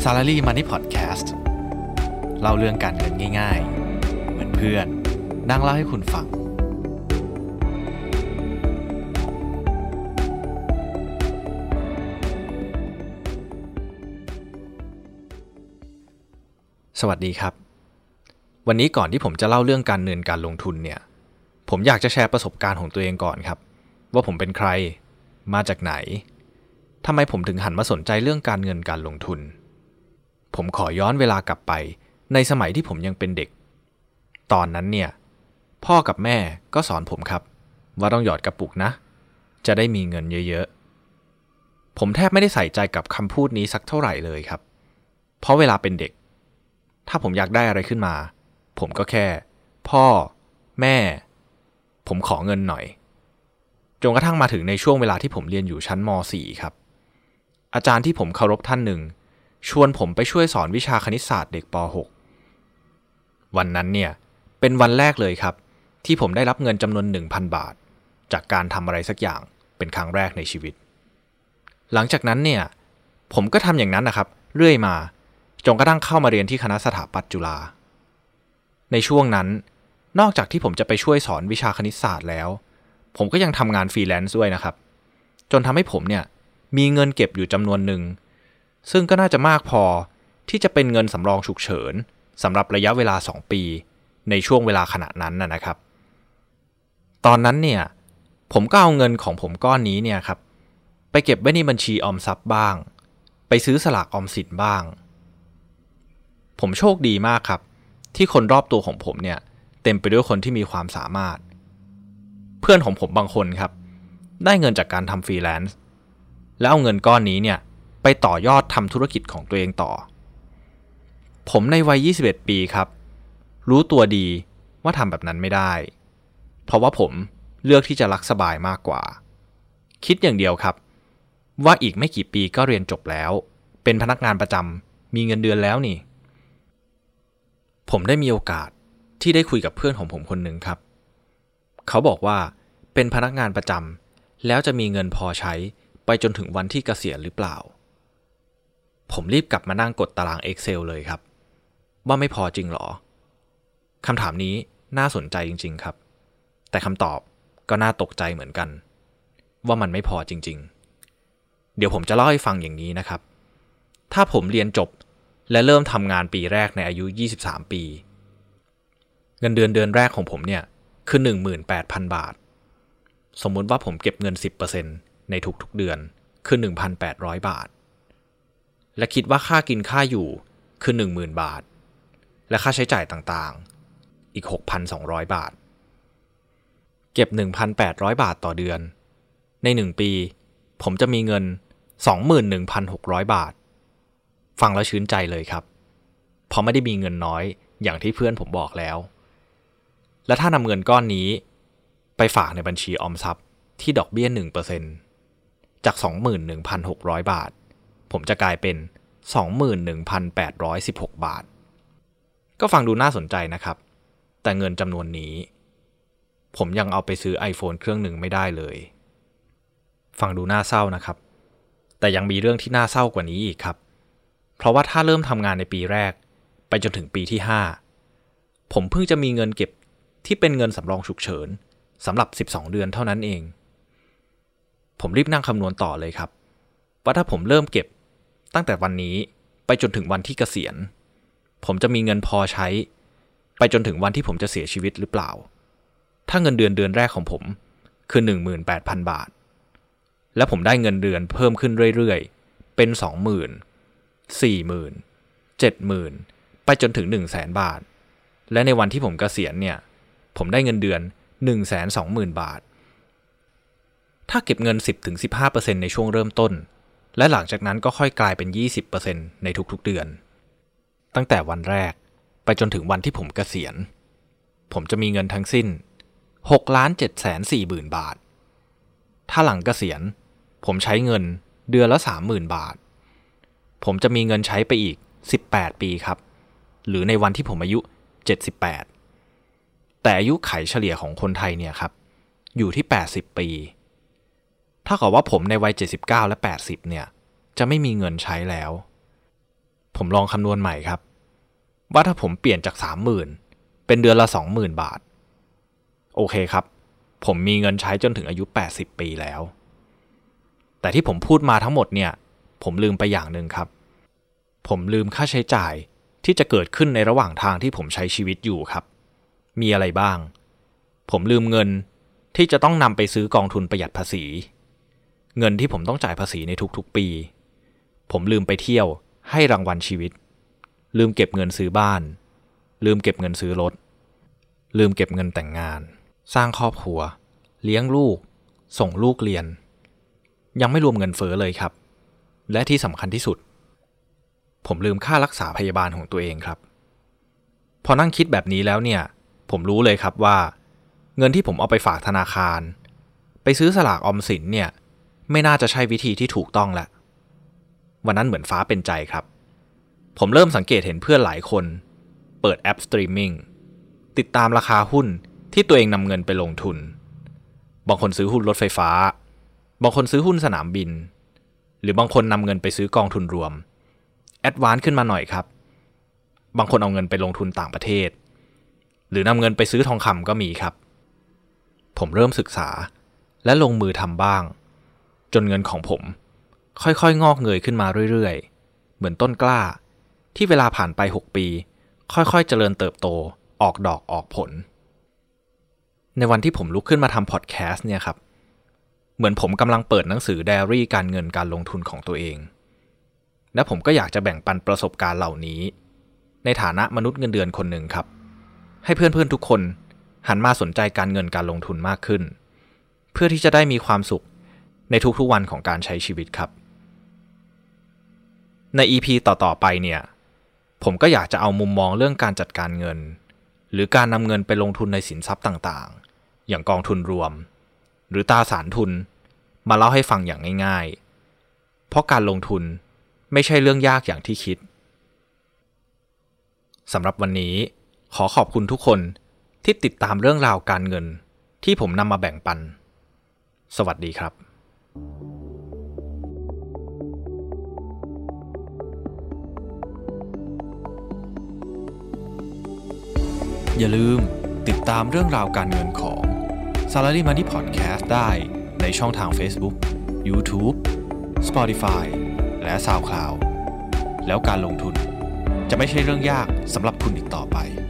Salary Money Podcast เล่าเรื่องการเงินง่ายๆเหมือนเพื่อนนั่งเล่าให้คุณฟังสวัสดีครับวันนี้ก่อนที่ผมจะเล่าเรื่องการเงินการลงทุนเนี่ยผมอยากจะแชร์ประสบการณ์ของตัวเองก่อนครับว่าผมเป็นใครมาจากไหนทำไมผมถึงหันมาสนใจเรื่องการเงินการลงทุนผมขอย้อนเวลากลับไปในสมัยที่ผมยังเป็นเด็กตอนนั้นเนี่ยพ่อกับแม่ก็สอนผมครับว่าต้องหยอดกระปุกนะจะได้มีเงินเยอะๆผมแทบไม่ได้ใส่ใจกับคำพูดนี้สักเท่าไหร่เลยครับเพราะเวลาเป็นเด็กถ้าผมอยากได้อะไรขึ้นมาผมก็แค่พ่อแม่ผมขอเงินหน่อยจนกระทั่งมาถึงในช่วงเวลาที่ผมเรียนอยู่ชั้นม.4 ครับอาจารย์ที่ผมเคารพท่านหนึ่งชวนผมไปช่วยสอนวิชาคณิตศาสตร์เด็กป.6 วันนั้นเนี่ยเป็นวันแรกเลยครับที่ผมได้รับเงินจำนวน 1,000 บาทจากการทำอะไรสักอย่างเป็นครั้งแรกในชีวิตหลังจากนั้นเนี่ยผมก็ทำอย่างนั้นนะครับเรื่อยมาจนกระทั่งเข้ามาเรียนที่คณะสถาปัตย์จุฬาในช่วงนั้นนอกจากที่ผมจะไปช่วยสอนวิชาคณิตศาสตร์แล้วผมก็ยังทำงานฟรีแลนซ์ด้วยนะครับจนทำให้ผมเนี่ยมีเงินเก็บอยู่จำนวนหนึ่งซึ่งก็น่าจะมากพอที่จะเป็นเงินสำรองฉุกเฉินสำหรับระยะเวลา2 ปีในช่วงเวลาขณะนั้นนะครับตอนนั้นเนี่ยผมก็เอาเงินของผมก้อนนี้เนี่ยครับไปเก็บไว้ในบัญชีออมทรัพย์บ้างไปซื้อสลากออมสินบ้างผมโชคดีมากครับที่คนรอบตัวของผมเนี่ยเต็มไปด้วยคนที่มีความสามารถเพื่อนของผมบางคนครับได้เงินจากการทำฟรีแลนซ์แล้วเอาเงินก้อนนี้เนี่ยไปต่อยอดทำธุรกิจของตัวเองต่อผมในวัย21 ปีครับรู้ตัวดีว่าทำแบบนั้นไม่ได้เพราะว่าผมเลือกที่จะรักสบายมากกว่าคิดอย่างเดียวครับว่าอีกไม่กี่ปีก็เรียนจบแล้วเป็นพนักงานประจำมีเงินเดือนแล้วนี่ผมได้มีโอกาสที่ได้คุยกับเพื่อนของผมคนหนึ่งครับเขาบอกว่าเป็นพนักงานประจำแล้วจะมีเงินพอใช้ไปจนถึงวันที่เกษียณหรือเปล่าผมรีบกลับมานั่งกดตาราง Excel เลยครับว่าไม่พอจริงหรอคำถามนี้น่าสนใจจริงๆครับแต่คำตอบก็น่าตกใจเหมือนกันว่ามันไม่พอจริงๆเดี๋ยวผมจะเล่าให้ฟังอย่างนี้นะครับถ้าผมเรียนจบและเริ่มทำงานปีแรกในอายุ23 ปีเงินเดือนแรกของผมเนี่ยคือ 18,000 บาทสมมุติว่าผมเก็บเงิน 10% ในทุกๆเดือนคือ 1,800 บาทและคิดว่าค่ากินค่าอยู่คือ 10,000 บาทและค่าใช้จ่ายต่างๆอีก 6,200 บาทเก็บ 1,800 บาทต่อเดือนใน1ปีผมจะมีเงิน 21,600 บาทฟังแล้วชื่นใจเลยครับเพราะไม่ได้มีเงินน้อยอย่างที่เพื่อนผมบอกแล้วและถ้านำเงินก้อนนี้ไปฝากในบัญชีออมทรัพย์ที่ดอกเบี้ย 1% จาก 21,600 บาทผมจะกลายเป็น 21,816 บาทก็ฟังดูน่าสนใจนะครับแต่เงินจำนวนนี้ผมยังเอาไปซื้อ iPhone เครื่องหนึ่งไม่ได้เลยฟังดูน่าเศร้านะครับแต่ยังมีเรื่องที่น่าเศร้ากว่านี้อีกครับเพราะว่าถ้าเริ่มทำงานในปีแรกไปจนถึงปีที่5ผมเพิ่งจะมีเงินเก็บที่เป็นเงินสำรองฉุกเฉินสำหรับ12 เดือนเท่านั้นเองผมรีบนั่งคำนวณต่อเลยครับว่าถ้าผมเริ่มเก็บตั้งแต่วันนี้ไปจนถึงวันที่เกษียณผมจะมีเงินพอใช้ไปจนถึงวันที่ผมจะเสียชีวิตหรือเปล่าถ้าเงินเดือนแรกของผมคือ 18,000 บาทและผมได้เงินเดือนเพิ่มขึ้นเรื่อยๆเป็น 20,000 40,000 70,000 ไปจนถึง 100,000 บาทและในวันที่ผมเกษียณเนี่ยผมได้เงินเดือน 120,000 บาทถ้าเก็บเงิน 10-15% ในช่วงเริ่มต้นและหลังจากนั้นก็ค่อยกลายเป็น 20% ในทุกๆเดือนตั้งแต่วันแรกไปจนถึงวันที่ผมเกษียณผมจะมีเงินทั้งสิ้น 6,740,000 บาทถ้าหลังเกษียณผมใช้เงินเดือนละ 30,000 บาทผมจะมีเงินใช้ไปอีก18 ปีครับหรือในวันที่ผมอายุ78แต่อายุไขเฉลี่ยของคนไทยเนี่ยครับอยู่ที่80 ปีถ้าเกิดว่าผมในวัย79และ80เนี่ยจะไม่มีเงินใช้แล้วผมลองคำนวณใหม่ครับว่าถ้าผมเปลี่ยนจาก 30,000 เป็นเดือนละ 20,000 บาทโอเคครับผมมีเงินใช้จนถึงอายุ80ปีแล้วแต่ที่ผมพูดมาทั้งหมดเนี่ยผมลืมไปอย่างหนึ่งครับผมลืมค่าใช้จ่ายที่จะเกิดขึ้นในระหว่างทางที่ผมใช้ชีวิตอยู่ครับมีอะไรบ้างผมลืมเงินที่จะต้องนำไปซื้อกองทุนประหยัดภาษีเงินที่ผมต้องจ่ายภาษีในทุกๆปีผมลืมไปเที่ยวให้รางวัลชีวิตลืมเก็บเงินซื้อบ้านลืมเก็บเงินซื้อรถลืมเก็บเงินแต่งงานสร้างครอบครัวเลี้ยงลูกส่งลูกเรียนยังไม่รวมเงินเฟ้อเลยครับและที่สำคัญที่สุดผมลืมค่ารักษาพยาบาลของตัวเองครับพอนั่งคิดแบบนี้แล้วเนี่ยผมรู้เลยครับว่าเงินที่ผมเอาไปฝากธนาคารไปซื้อสลากออมสินเนี่ยไม่น่าจะใช่วิธีที่ถูกต้องละวันนั้นเหมือนฟ้าเป็นใจครับผมเริ่มสังเกตเห็นเพื่อนหลายคนเปิดแอปสตรีมมิ่งติดตามราคาหุ้นที่ตัวเองนำเงินไปลงทุนบางคนซื้อหุ้นรถไฟฟ้าบางคนซื้อหุ้นสนามบินหรือบางคนนำเงินไปซื้อกองทุนรวมแอดวานซ์ขึ้นมาหน่อยครับบางคนเอาเงินไปลงทุนต่างประเทศหรือนำเงินไปซื้อทองคำก็มีครับผมเริ่มศึกษาและลงมือทำบ้างจนเงินของผมค่อยๆงอกเงยขึ้นมาเรื่อยๆเหมือนต้นกล้าที่เวลาผ่านไป6ปีค่อยๆเจริญเติบโตออกดอกออกผลในวันที่ผมลุกขึ้นมาทำพอดแคสต์เนี่ยครับเหมือนผมกำลังเปิดหนังสือไดอารี่การเงินการลงทุนของตัวเองและผมก็อยากจะแบ่งปันประสบการณ์เหล่านี้ในฐานะมนุษย์เงินเดือนคนหนึ่งครับให้เพื่อนๆทุกคนหันมาสนใจการเงินการลงทุนมากขึ้นเพื่อที่จะได้มีความสุขในทุกๆวันของการใช้ชีวิตครับใน EP ต่อๆไปเนี่ยผมก็อยากจะเอามุมมองเรื่องการจัดการเงินหรือการนำเงินไปลงทุนในสินทรัพย์ต่างๆอย่างกองทุนรวมหรือตราสารทุนมาเล่าให้ฟังอย่างง่ายๆเพราะการลงทุนไม่ใช่เรื่องยากอย่างที่คิดสำหรับวันนี้ขอขอบคุณทุกคนที่ติดตามเรื่องราวการเงินที่ผมนำมาแบ่งปันสวัสดีครับอย่าลืมติดตามเรื่องราวการเงินของ Salary Money Podcast ได้ในช่องทาง Facebook, YouTube, Spotify และ SoundCloud แล้วการลงทุนจะไม่ใช่เรื่องยากสำหรับคุณอีกต่อไป